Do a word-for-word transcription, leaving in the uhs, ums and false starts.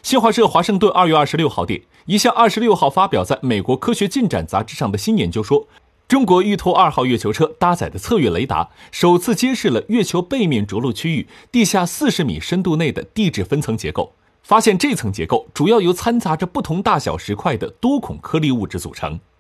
新华社华盛顿二月二十六号电，一项二十六号发表在美国科学进展杂志上的新研究说，中国玉兔二号月球车搭载的测月雷达首次揭示了月球背面着陆区域地下四十米深度内的地质分层结构，发现这层结构主要由掺杂着不同大小石块的多孔颗粒物质组成。